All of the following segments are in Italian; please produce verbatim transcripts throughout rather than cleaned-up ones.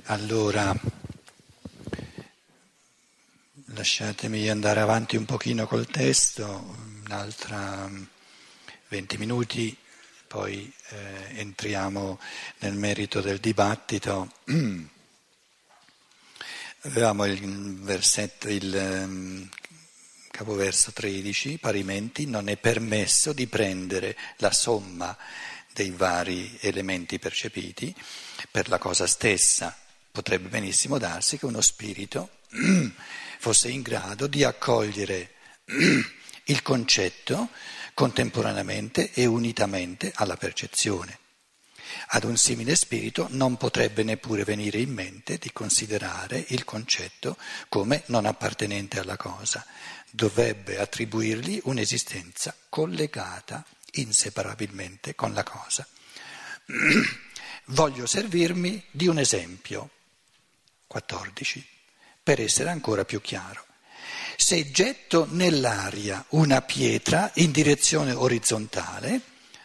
Allora, lasciatemi andare avanti un pochino col testo, un'altra venti minuti, poi eh, entriamo nel merito del dibattito. Avevamo il versetto, il um, capoverso tredici, parimenti non è permesso di prendere la somma dei vari elementi percepiti per la cosa stessa. Potrebbe benissimo darsi che uno spirito fosse in grado di accogliere il concetto contemporaneamente e unitamente alla percezione. Ad un simile spirito non potrebbe neppure venire in mente di considerare il concetto come non appartenente alla cosa, dovrebbe attribuirgli un'esistenza collegata inseparabilmente con la cosa. Voglio servirmi di un esempio, quattordici, per essere ancora più chiaro. Se getto nell'aria una pietra in direzione orizzontale,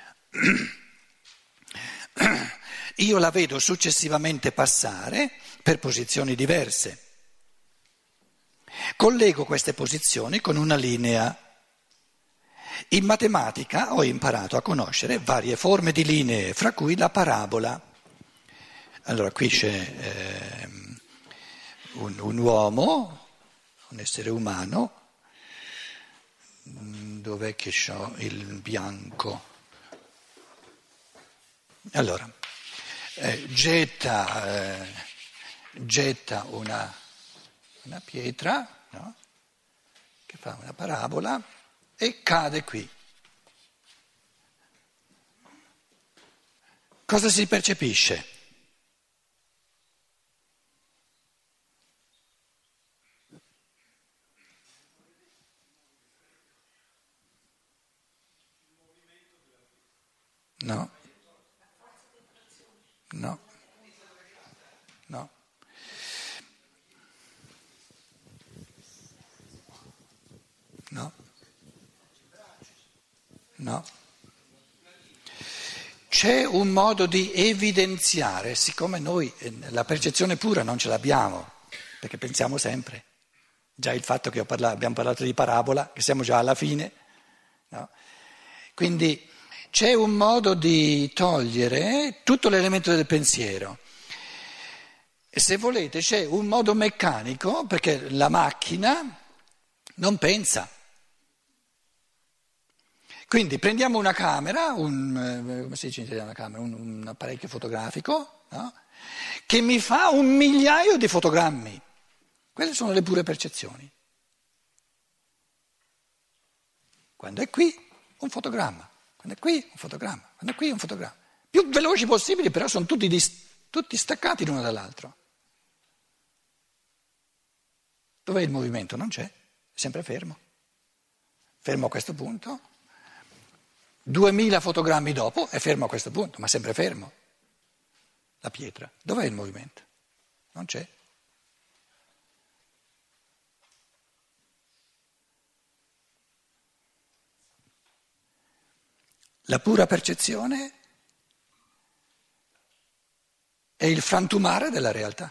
io la vedo successivamente passare per posizioni diverse. Collego queste posizioni con una linea. In matematica ho imparato a conoscere varie forme di linee, fra cui la parabola. Allora qui c'è eh, un, un uomo, un essere umano, dov'è che c'ho il bianco? Allora, eh, getta, eh, getta una, una pietra, no? Che fa una parabola e cade qui. Cosa si percepisce? No. No, no. No. No. C'è un modo di evidenziare, siccome noi la percezione pura non ce l'abbiamo, perché pensiamo sempre, già il fatto che ho parlato, abbiamo parlato di parabola, che siamo già alla fine, no? Quindi c'è un modo di togliere tutto l'elemento del pensiero. E se volete c'è un modo meccanico, perché la macchina non pensa. Quindi prendiamo una camera, un, come si dice in italiano una camera, un, un apparecchio fotografico, no? Che mi fa un migliaio di fotogrammi. Quelle sono le pure percezioni. Quando è qui, un fotogramma. Quando è qui, un fotogramma. Quando è qui, un fotogramma. Più veloci possibili, però sono tutti, dis, tutti staccati l'uno dall'altro. Dov'è il movimento? Non c'è, è sempre fermo. Fermo a questo punto. Duemila fotogrammi dopo è fermo a questo punto, ma sempre fermo. La pietra. Dov'è il movimento? Non c'è. La pura percezione è il frantumare della realtà.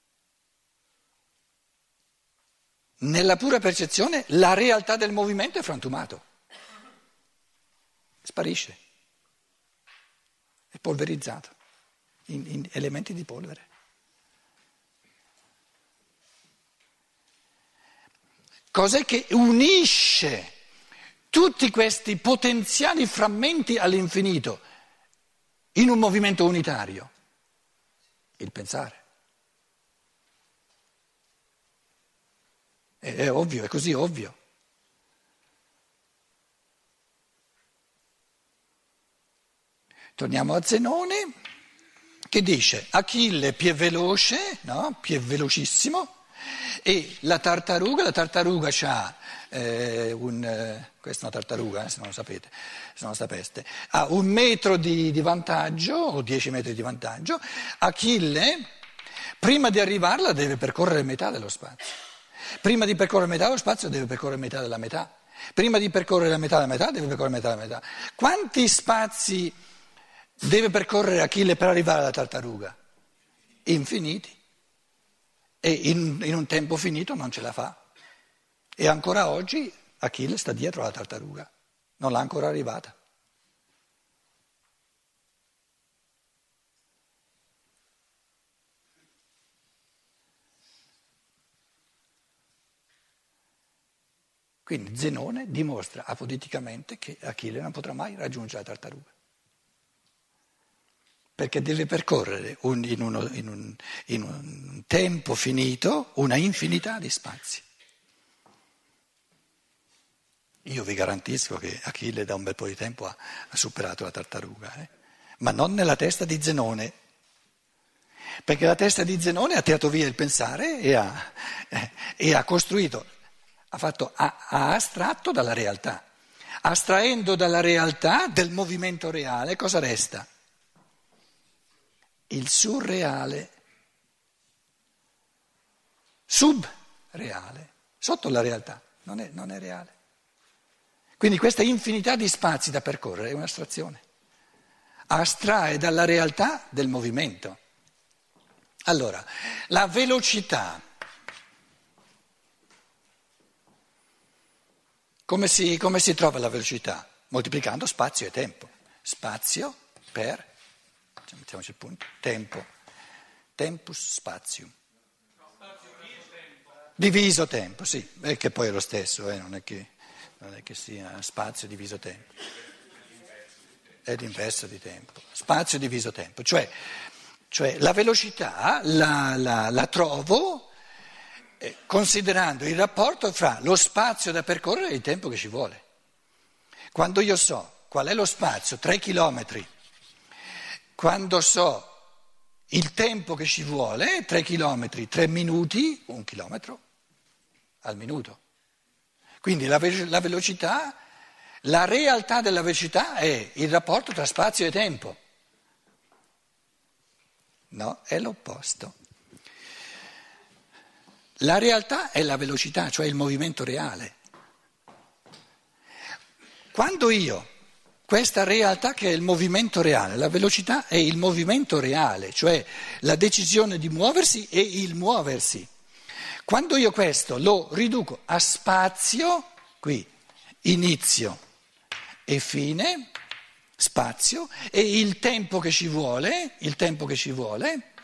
Nella pura percezione la realtà del movimento è frantumato, sparisce, è polverizzato in, in elementi di polvere. Cos'è che unisce tutti questi potenziali frammenti all'infinito in un movimento unitario? Il pensare. È, è ovvio, è così ovvio. Torniamo a Zenone che dice Achille più veloce, no? Più velocissimo, e la tartaruga, la tartaruga ha eh, un, eh, questa è una tartaruga, eh, se non lo sapete, se non lo sapeste, ha un metro di, di vantaggio o dieci metri di vantaggio. Achille, prima di arrivarla, deve percorrere metà dello spazio. Prima di percorrere metà dello spazio deve percorrere metà della metà. Prima di percorrere la metà della metà deve percorrere metà della metà. Quanti spazi deve percorrere Achille per arrivare alla tartaruga? Infiniti. e in, in un tempo finito non ce la fa. E ancora oggi Achille sta dietro la tartaruga, non l'ha ancora arrivata. Quindi Zenone dimostra apodeticamente che Achille non potrà mai raggiungere la tartaruga, perché deve percorrere un, in, uno, in, un, in un tempo finito una infinità di spazi. Io vi garantisco che Achille da un bel po' di tempo ha, ha superato la tartaruga, eh? Ma non nella testa di Zenone, perché la testa di Zenone ha tirato via il pensare e ha, eh, e ha costruito, ha, fatto, ha, ha astratto dalla realtà. Astraendo dalla realtà del movimento reale, cosa resta? Il surreale, subreale, sotto la realtà, non è, non è reale. Quindi questa infinità di spazi da percorrere è un'astrazione, astrae dalla realtà del movimento. Allora, la velocità, come si, come si trova la velocità? Moltiplicando spazio e tempo. Spazio per, mettiamoci il punto, tempo, tempus spatium. Diviso tempo, sì, è che poi è lo stesso, eh, non è che, non è che sia spazio diviso tempo. È l'inverso di tempo, spazio diviso tempo, cioè, cioè la velocità la, la, la trovo eh, considerando il rapporto fra lo spazio da percorrere e il tempo che ci vuole. Quando io so qual è lo spazio, tre chilometri, quando so il tempo che ci vuole, tre chilometri, tre minuti, un chilometro al minuto. Quindi la, ve- la velocità... La realtà della velocità è il rapporto tra spazio e tempo. No, è l'opposto. La realtà è la velocità, cioè il movimento reale. Quando io, questa realtà che è il movimento reale, la velocità è il movimento reale, cioè la decisione di muoversi e il muoversi. Quando io questo lo riduco a spazio, qui inizio e fine, spazio, e il tempo che ci vuole, il tempo che ci vuole,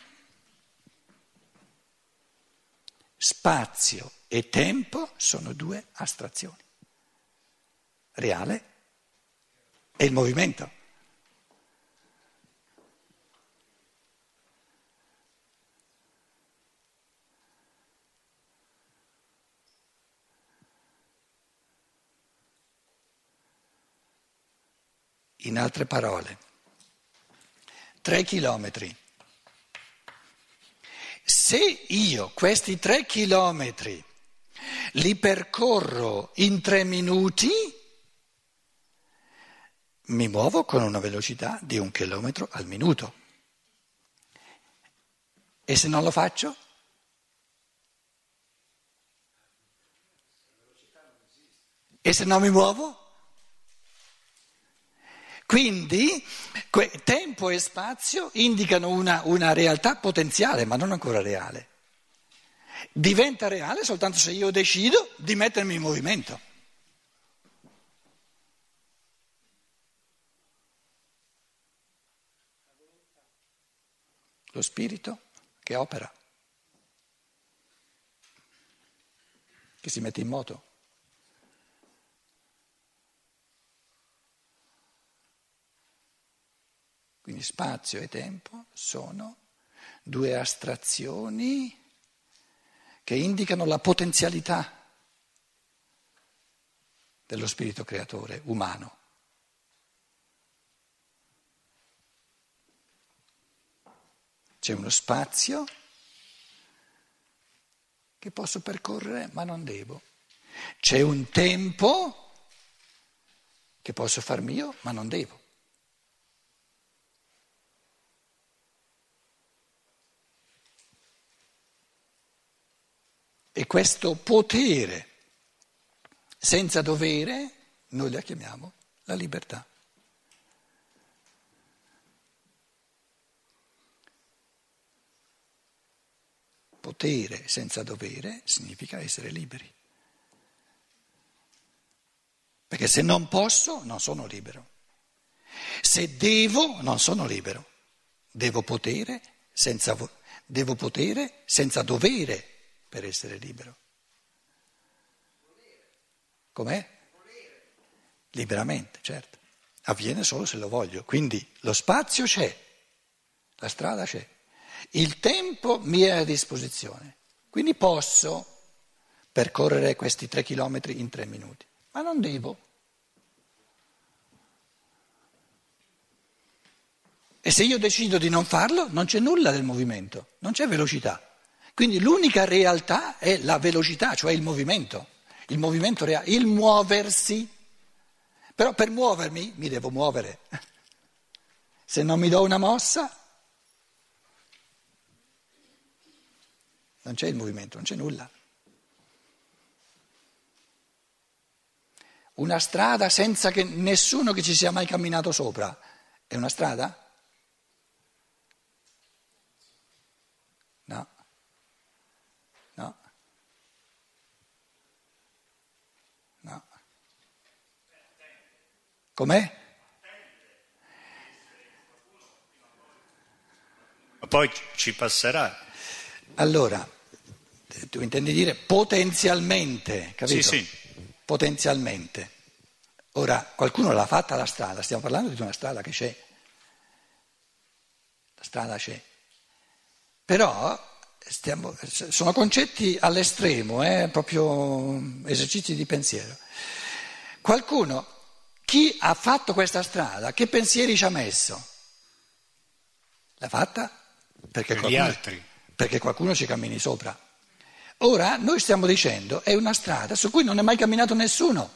spazio e tempo sono due astrazioni. Reale è il movimento. In altre parole, tre chilometri. Se io questi tre chilometri li percorro in tre minuti, mi muovo con una velocità di un chilometro al minuto. E se non lo faccio? E se non mi muovo? Quindi tempo e spazio indicano una, una realtà potenziale, ma non ancora reale. Diventa reale soltanto se io decido di mettermi in movimento. Lo spirito che opera, che si mette in moto. Quindi spazio e tempo sono due astrazioni che indicano la potenzialità dello spirito creatore umano. C'è uno spazio che posso percorrere ma non devo. C'è un tempo che posso far mio ma non devo. E questo potere senza dovere noi la chiamiamo la libertà. Potere senza dovere significa essere liberi. Perché se non posso, non sono libero. Se devo, non sono libero. Devo potere senza, devo potere senza dovere per essere libero. Com'è? Liberamente, certo. Avviene solo se lo voglio. Quindi lo spazio c'è, la strada c'è. Il tempo mi è a disposizione. Quindi posso percorrere questi tre chilometri in tre minuti. Ma non devo. E se io decido di non farlo, non c'è nulla del movimento, non c'è velocità. Quindi l'unica realtà è la velocità, cioè il movimento, il movimento reale, il muoversi. Però per muovermi mi devo muovere. Se non mi do una mossa, non c'è il movimento, non c'è nulla. Una strada senza che nessuno che ci sia mai camminato sopra, è una strada? No, no, no. Com'è? Ma poi ci passerà. Allora, tu intendi dire potenzialmente, capito? Sì, sì. Potenzialmente. Ora, qualcuno l'ha fatta la strada, stiamo parlando di una strada che c'è. La strada c'è. Però stiamo, sono concetti all'estremo, eh, proprio esercizi di pensiero. Qualcuno, chi ha fatto questa strada, che pensieri ci ha messo? L'ha fatta? Perché Per gli qualcuno, altri. perché qualcuno ci cammini sopra. Ora noi stiamo dicendo è una strada su cui non è mai camminato nessuno.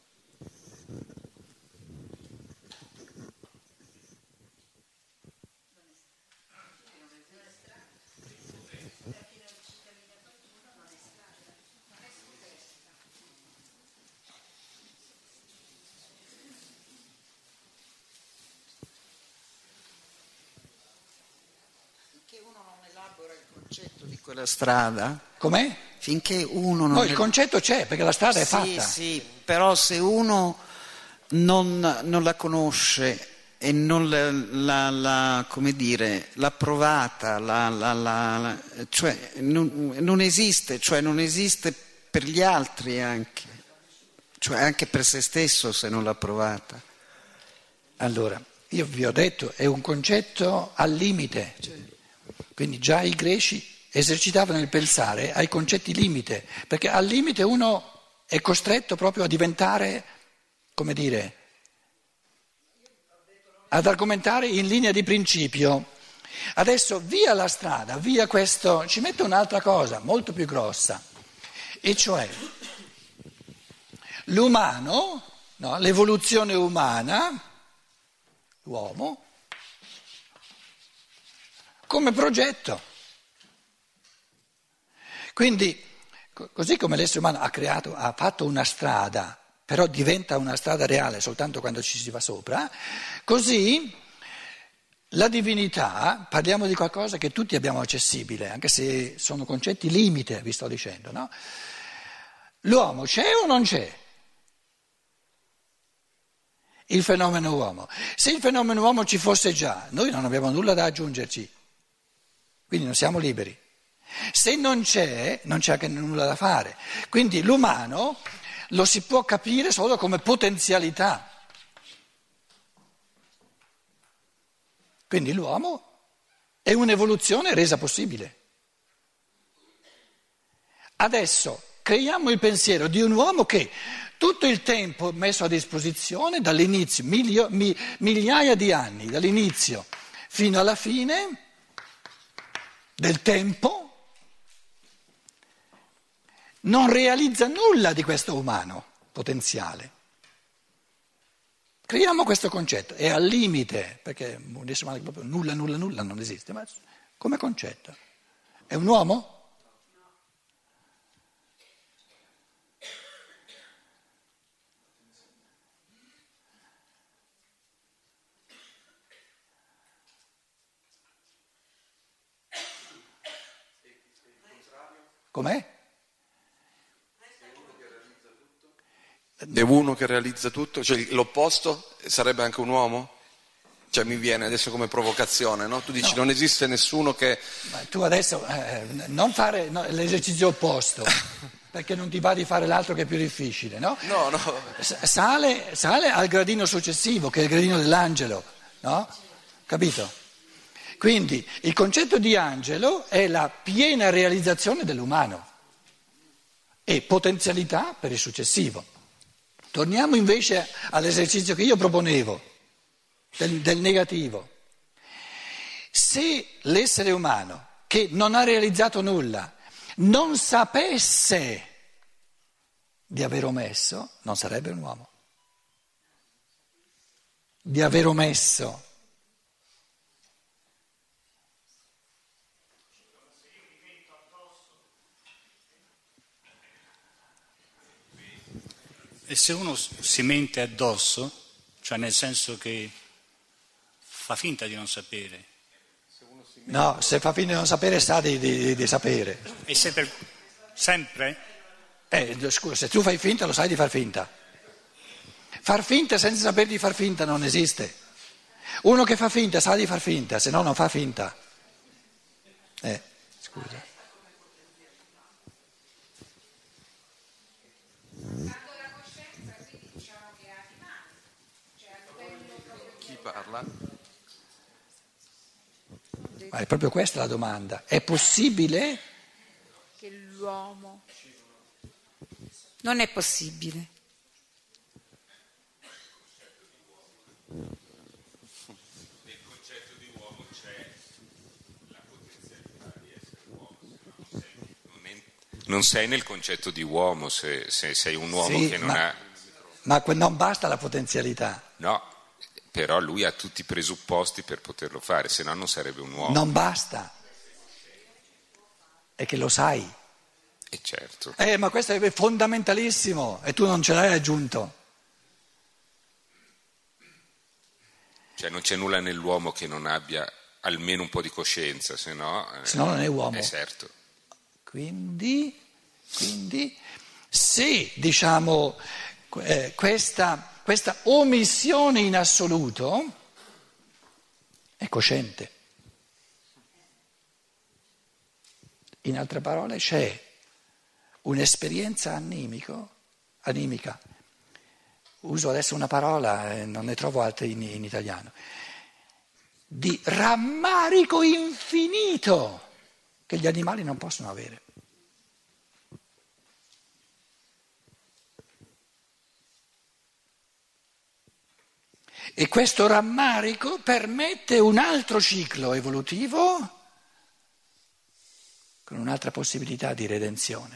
Finché uno non elabora il concetto di quella strada, Com'è? finché uno non No, il el- concetto c'è perché la strada è sì, fatta. sì, però se uno non, non la conosce e non la, la- la- come dire, l'ha provata, la, la- la- la- cioè non, non esiste, cioè non esiste per gli altri anche, cioè anche per se stesso se non l'ha provata. Allora, io vi ho detto, è un concetto al limite. Quindi già i greci esercitavano il pensare ai concetti limite, perché al limite uno è costretto proprio a diventare, come dire, ad argomentare in linea di principio. Adesso via la strada, via questo, ci metto un'altra cosa molto più grossa, e cioè l'umano, no, l'evoluzione umana, l'uomo, come progetto. Quindi, così come l'essere umano ha creato, ha fatto una strada, però diventa una strada reale soltanto quando ci si va sopra, così la divinità, parliamo di qualcosa che tutti abbiamo accessibile, anche se sono concetti limite, vi sto dicendo, no? L'uomo c'è o non c'è? Il fenomeno uomo. Se il fenomeno uomo ci fosse già, noi non abbiamo nulla da aggiungerci, quindi non siamo liberi. Se non c'è, non c'è anche nulla da fare. Quindi l'umano lo si può capire solo come potenzialità. Quindi l'uomo è un'evoluzione resa possibile. Adesso creiamo il pensiero di un uomo che tutto il tempo messo a disposizione dall'inizio, milio, mi, migliaia di anni, dall'inizio fino alla fine del tempo, non realizza nulla di questo umano potenziale. Creiamo questo concetto, è al limite, perché un essere umano proprio nulla, nulla, nulla non esiste, ma come concetto. È un uomo? Com'è? È uno che realizza tutto? Cioè l'opposto sarebbe anche un uomo? Cioè mi viene adesso come provocazione, no? Tu dici No. non esiste nessuno che... Ma tu adesso eh, non fare no, l'esercizio opposto, perché non ti va di fare l'altro che è più difficile, no? No, no. S- Sale, sale al gradino successivo, che è il gradino dell'angelo, no? Capito? Quindi il concetto di angelo è la piena realizzazione dell'umano e potenzialità per il successivo. Torniamo invece all'esercizio che io proponevo, del, del negativo. Se l'essere umano che non ha realizzato nulla non sapesse di aver omesso, non sarebbe un uomo. Di aver omesso. E se uno si mente addosso, cioè nel senso che fa finta di non sapere, No, se fa finta di non sapere sa di, di, di sapere. e se per sempre? Eh, scusa, se tu fai finta lo sai di far finta. Far finta senza sapere di far finta non esiste. Uno che fa finta sa di far finta, se no non fa finta. Eh, scusa. Chi parla? Ma è proprio questa la domanda. È possibile? Che l'uomo non è possibile. Nel concetto di uomo c'è la potenzialità di essere uomo, non, è, non sei nel concetto di uomo se, se sei un uomo Sì, che non ma, ha... ma que- non basta la potenzialità, No, però lui ha tutti i presupposti per poterlo fare, se no non sarebbe un uomo. non basta. È che lo sai. E certo. Eh, ma questo è fondamentalissimo e tu non ce l'hai aggiunto. Cioè non c'è nulla nell'uomo che non abbia almeno un po' di coscienza, se no... eh, Se no non è uomo. Eh, certo. Quindi, quindi se diciamo eh, questa, questa omissione in assoluto è cosciente. In altre parole c'è un'esperienza animico, animica. Uso adesso una parola, eh, non ne trovo altre in, in italiano, di rammarico infinito che gli animali non possono avere. E questo rammarico permette un altro ciclo evolutivo con un'altra possibilità di redenzione.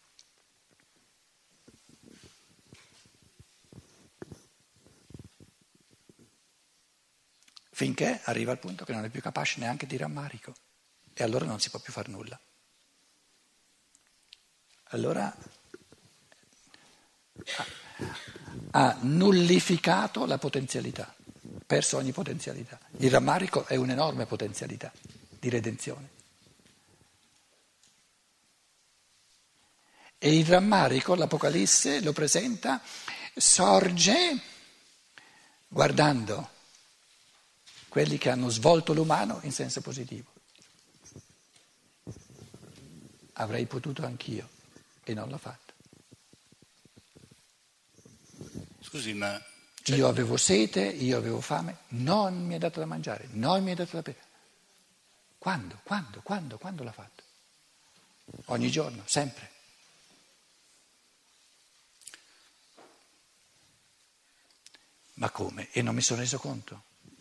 Finché arriva al punto che non è più capace neanche di rammarico e allora non si può più fare nulla. Allora ha nullificato la potenzialità, perso ogni potenzialità. Il rammarico è un'enorme potenzialità di redenzione. E il rammarico, l'Apocalisse lo presenta, sorge guardando quelli che hanno svolto l'umano in senso positivo. Avrei potuto anch'io e non l'ho fatto. Scusi, ma... Io avevo sete, io avevo fame, non mi è dato da mangiare, non mi è dato da bere. Quando, quando, quando, quando l'ha fatto? Ogni giorno, sempre. Ma come? E non mi sono reso conto?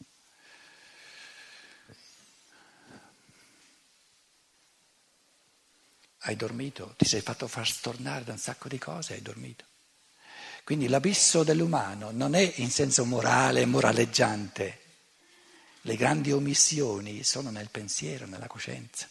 Hai dormito, ti sei fatto far stornare da un sacco di cose, hai dormito. Quindi l'abisso dell'umano non è in senso morale, moraleggiante. Le grandi omissioni sono nel pensiero, nella coscienza.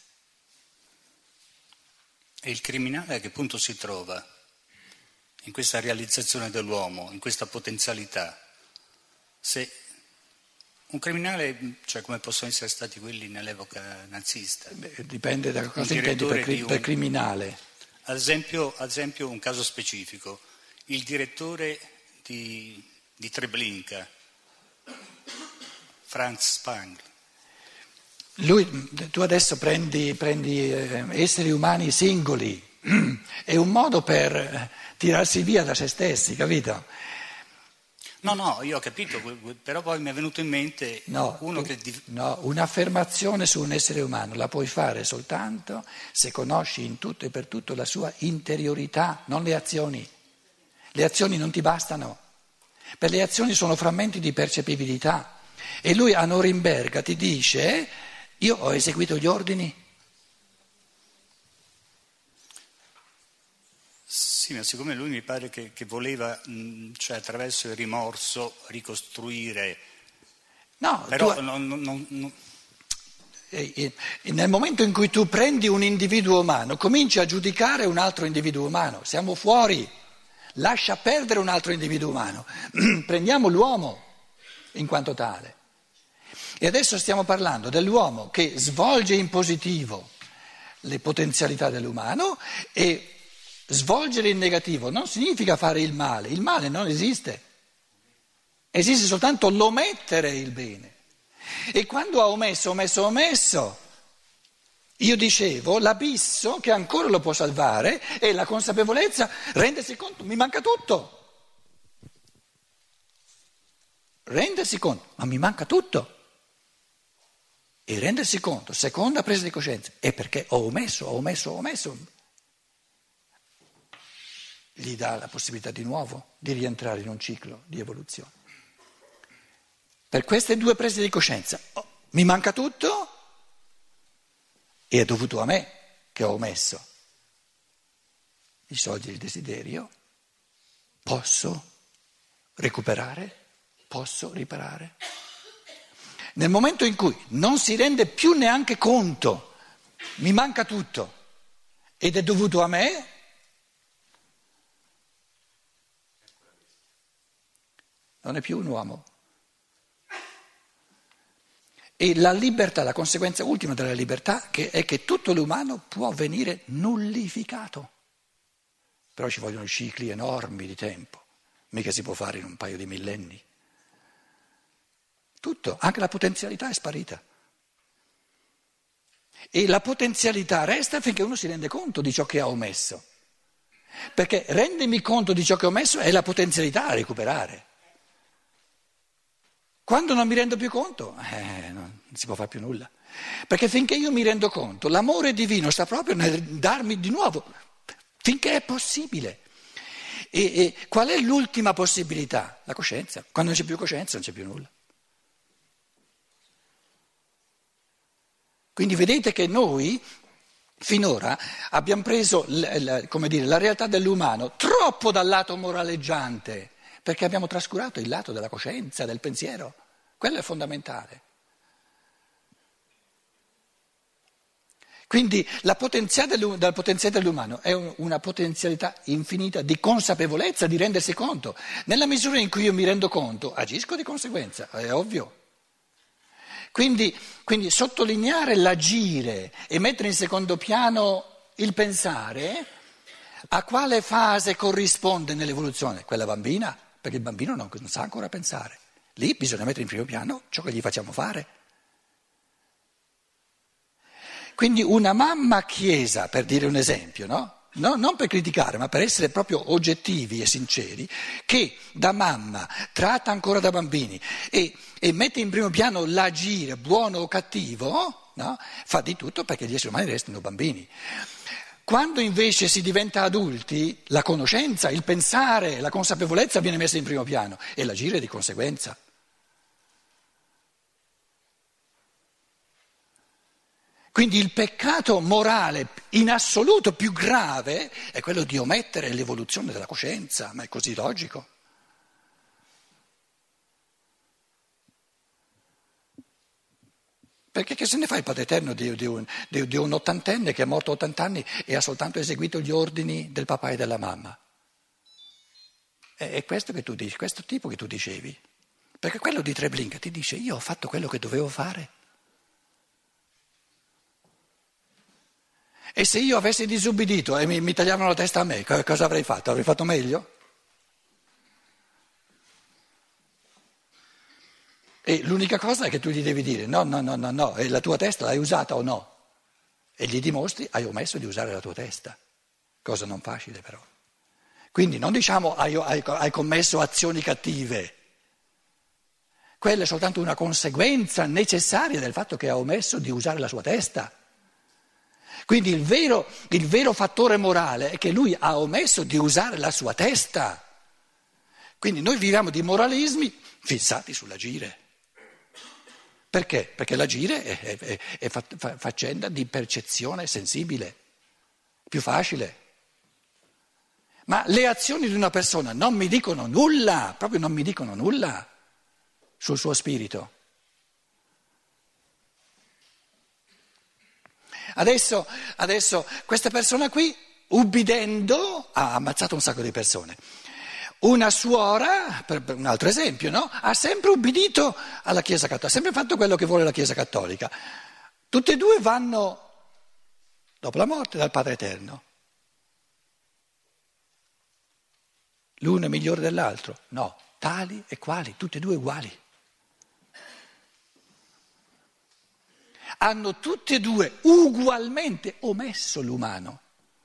E il criminale a che punto si trova? In questa realizzazione dell'uomo, in questa potenzialità. Se un criminale, cioè come possono essere stati quelli nell'epoca nazista? Beh, dipende da cosa Un intendi per, direttore cri- di un- per criminale. Ad esempio, ad esempio un caso specifico, il direttore di, di Treblinka, Franz Spangl. Lui, tu adesso prendi, prendi eh, esseri umani singoli, è un modo per eh, tirarsi via da se stessi, capito? No, no, io ho capito, però poi mi è venuto in mente No, uno tu- che... no, un'affermazione su un essere umano la puoi fare soltanto se conosci in tutto e per tutto la sua interiorità, non le azioni. Le azioni non ti bastano, per le azioni sono frammenti di percepibilità. E lui a Norimberga ti dice, io ho eseguito gli ordini. Sì, ma siccome lui mi pare che, che voleva, mh, cioè attraverso il rimorso, ricostruire, No, però tu- non, non- non- non- E- e- Nel momento in cui tu prendi un individuo umano, cominci a giudicare un altro individuo umano, siamo fuori, lascia perdere un altro individuo umano, prendiamo l'uomo in quanto tale. E adesso stiamo parlando dell'uomo che svolge in positivo le potenzialità dell'umano e svolgere in negativo non significa fare il male, il male non esiste, esiste soltanto l'omettere il bene. E quando ha omesso, omesso, omesso, io dicevo, l'abisso che ancora lo può salvare è la consapevolezza, rendersi conto, mi manca tutto. Rendersi conto, ma mi manca tutto. E rendersi conto, seconda presa di coscienza, è perché ho omesso, ho omesso, ho omesso. Gli dà la possibilità di nuovo di rientrare in un ciclo di evoluzione. Per queste due prese di coscienza, oh, mi manca tutto e è dovuto a me che ho omesso di sciogliere il desiderio, posso recuperare, posso riparare. Nel momento in cui non si rende più neanche conto, mi manca tutto ed è dovuto a me, non è più un uomo. E la libertà, la conseguenza ultima della libertà che è che tutto l'umano può venire nullificato. Però ci vogliono cicli enormi di tempo, mica si può fare in un paio di millenni. Tutto, anche la potenzialità è sparita. E la potenzialità resta finché uno si rende conto di ciò che ha omesso. Perché rendermi conto di ciò che ho omesso è la potenzialità a recuperare. Quando non mi rendo più conto, eh, non si può fare più nulla. Perché finché io mi rendo conto, l'amore divino sta proprio nel darmi di nuovo, finché è possibile. E, e qual è l'ultima possibilità? La coscienza. Quando non c'è più coscienza non c'è più nulla. Quindi vedete che noi finora abbiamo preso l- l- come dire, la realtà dell'umano troppo dal lato moraleggiante, perché abbiamo trascurato il lato della coscienza, del pensiero. Quello è fondamentale. Quindi la potenzialità dell'u- la potenzialità dell'umano è un- una potenzialità infinita di consapevolezza, di rendersi conto. Nella misura in cui io mi rendo conto, agisco di conseguenza, è ovvio. Quindi, quindi sottolineare l'agire e mettere in secondo piano il pensare, a quale fase corrisponde nell'evoluzione? Quella bambina, perché il bambino non, non sa ancora pensare. Lì bisogna mettere in primo piano ciò che gli facciamo fare. Quindi una mamma chiesa, per dire un esempio, no? No, non per criticare, ma per essere proprio oggettivi e sinceri, che da mamma tratta ancora da bambini e, e mette in primo piano l'agire, buono o cattivo, no? Fa di tutto perché gli esseri umani restino bambini. Quando invece si diventa adulti, la conoscenza, il pensare, la consapevolezza viene messa in primo piano e l'agire di conseguenza. Quindi il peccato morale in assoluto più grave è quello di omettere l'evoluzione della coscienza, ma è così logico. Perché che se ne fa il Padre Eterno di, di, un, di, di un ottantenne che è morto a ottanta anni e ha soltanto eseguito gli ordini del papà e della mamma? È, è questo che tu dici, questo tipo che tu dicevi. Perché quello di Treblinka ti dice io ho fatto quello che dovevo fare. E se io avessi disubbidito e mi, mi tagliavano la testa a me, cosa avrei fatto? Avrei fatto meglio? E l'unica cosa è che tu gli devi dire no, no, no, no, no, e la tua testa l'hai usata o no? E gli dimostri hai omesso di usare la tua testa, cosa non facile però. Quindi non diciamo hai, hai, hai commesso azioni cattive, quella è soltanto una conseguenza necessaria del fatto che ha omesso di usare la sua testa. Quindi il vero, il vero fattore morale è che lui ha omesso di usare la sua testa. Quindi noi viviamo di moralismi fissati sull'agire. Perché? Perché l'agire è, è, è faccenda di percezione sensibile, più facile. Ma le azioni di una persona non mi dicono nulla, proprio non mi dicono nulla sul suo spirito. Adesso, adesso questa persona qui, ubbidendo, ha ammazzato un sacco di persone. Una suora, per un altro esempio, no? Ha sempre ubbidito alla Chiesa Cattolica, ha sempre fatto quello che vuole la Chiesa Cattolica. Tutte e due vanno, dopo la morte, dal Padre Eterno. L'uno è migliore dell'altro? No, tali e quali, tutte e due uguali. Hanno tutte e due ugualmente omesso l'umano.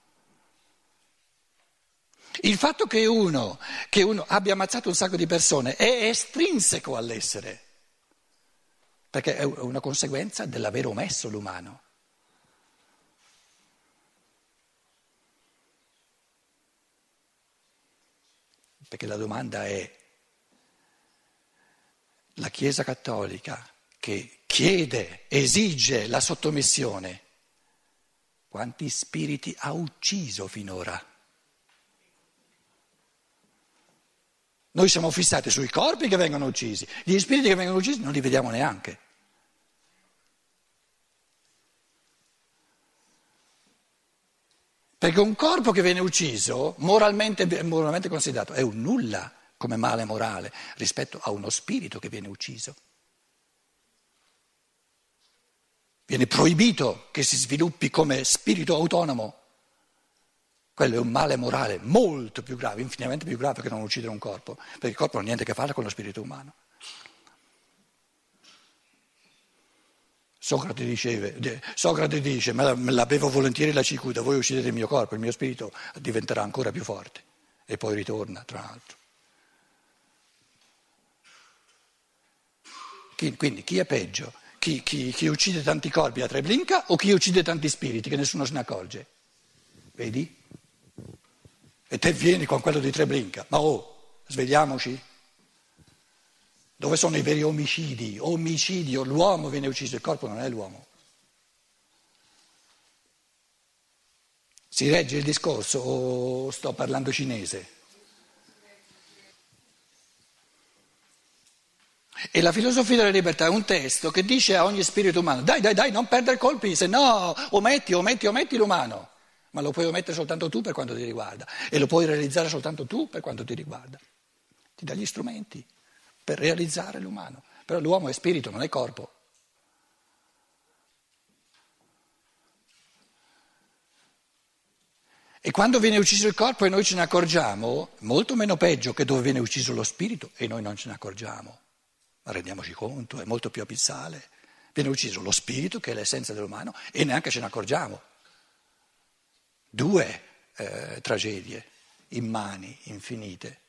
Il fatto che uno, che uno abbia ammazzato un sacco di persone è estrinseco all'essere, perché è una conseguenza dell'aver omesso l'umano. Perché la domanda è, la Chiesa Cattolica che chiede, esige la sottomissione, quanti spiriti ha ucciso finora? Noi siamo fissati sui corpi che vengono uccisi, gli spiriti che vengono uccisi non li vediamo neanche. Perché un corpo che viene ucciso, moralmente, moralmente considerato, è un nulla come male morale rispetto a uno spirito che viene ucciso. Viene proibito che si sviluppi come spirito autonomo. Quello è un male morale molto più grave, infinitamente più grave che non uccidere un corpo, perché il corpo non ha niente a che fare con lo spirito umano. Socrate, diceva, Socrate dice, me la, me la bevo volentieri la cicuta, voi uccidete il mio corpo, il mio spirito diventerà ancora più forte e poi ritorna, tra l'altro. Chi, quindi chi è peggio? Chi, chi, chi uccide tanti corpi a Treblinka o chi uccide tanti spiriti che nessuno se ne accorge? Vedi? E te vieni con quello di Treblinka, ma oh, svegliamoci. Dove sono i veri omicidi? Omicidio, l'uomo viene ucciso, il corpo non è l'uomo. Si regge il discorso o sto parlando cinese? E la filosofia della libertà è un testo che dice a ogni spirito umano, dai, dai, dai, non perdere colpi, se no ometti, ometti, ometti l'umano. Ma lo puoi omettere soltanto tu per quanto ti riguarda e lo puoi realizzare soltanto tu per quanto ti riguarda. Ti dà gli strumenti per realizzare l'umano, però l'uomo è spirito, non è corpo. E quando viene ucciso il corpo e noi ce ne accorgiamo, molto meno peggio che dove viene ucciso lo spirito e noi non ce ne accorgiamo. Ma rendiamoci conto, è molto più abissale. Viene ucciso lo spirito, che è l'essenza dell'umano, e neanche ce ne accorgiamo. Due eh, tragedie immani, infinite.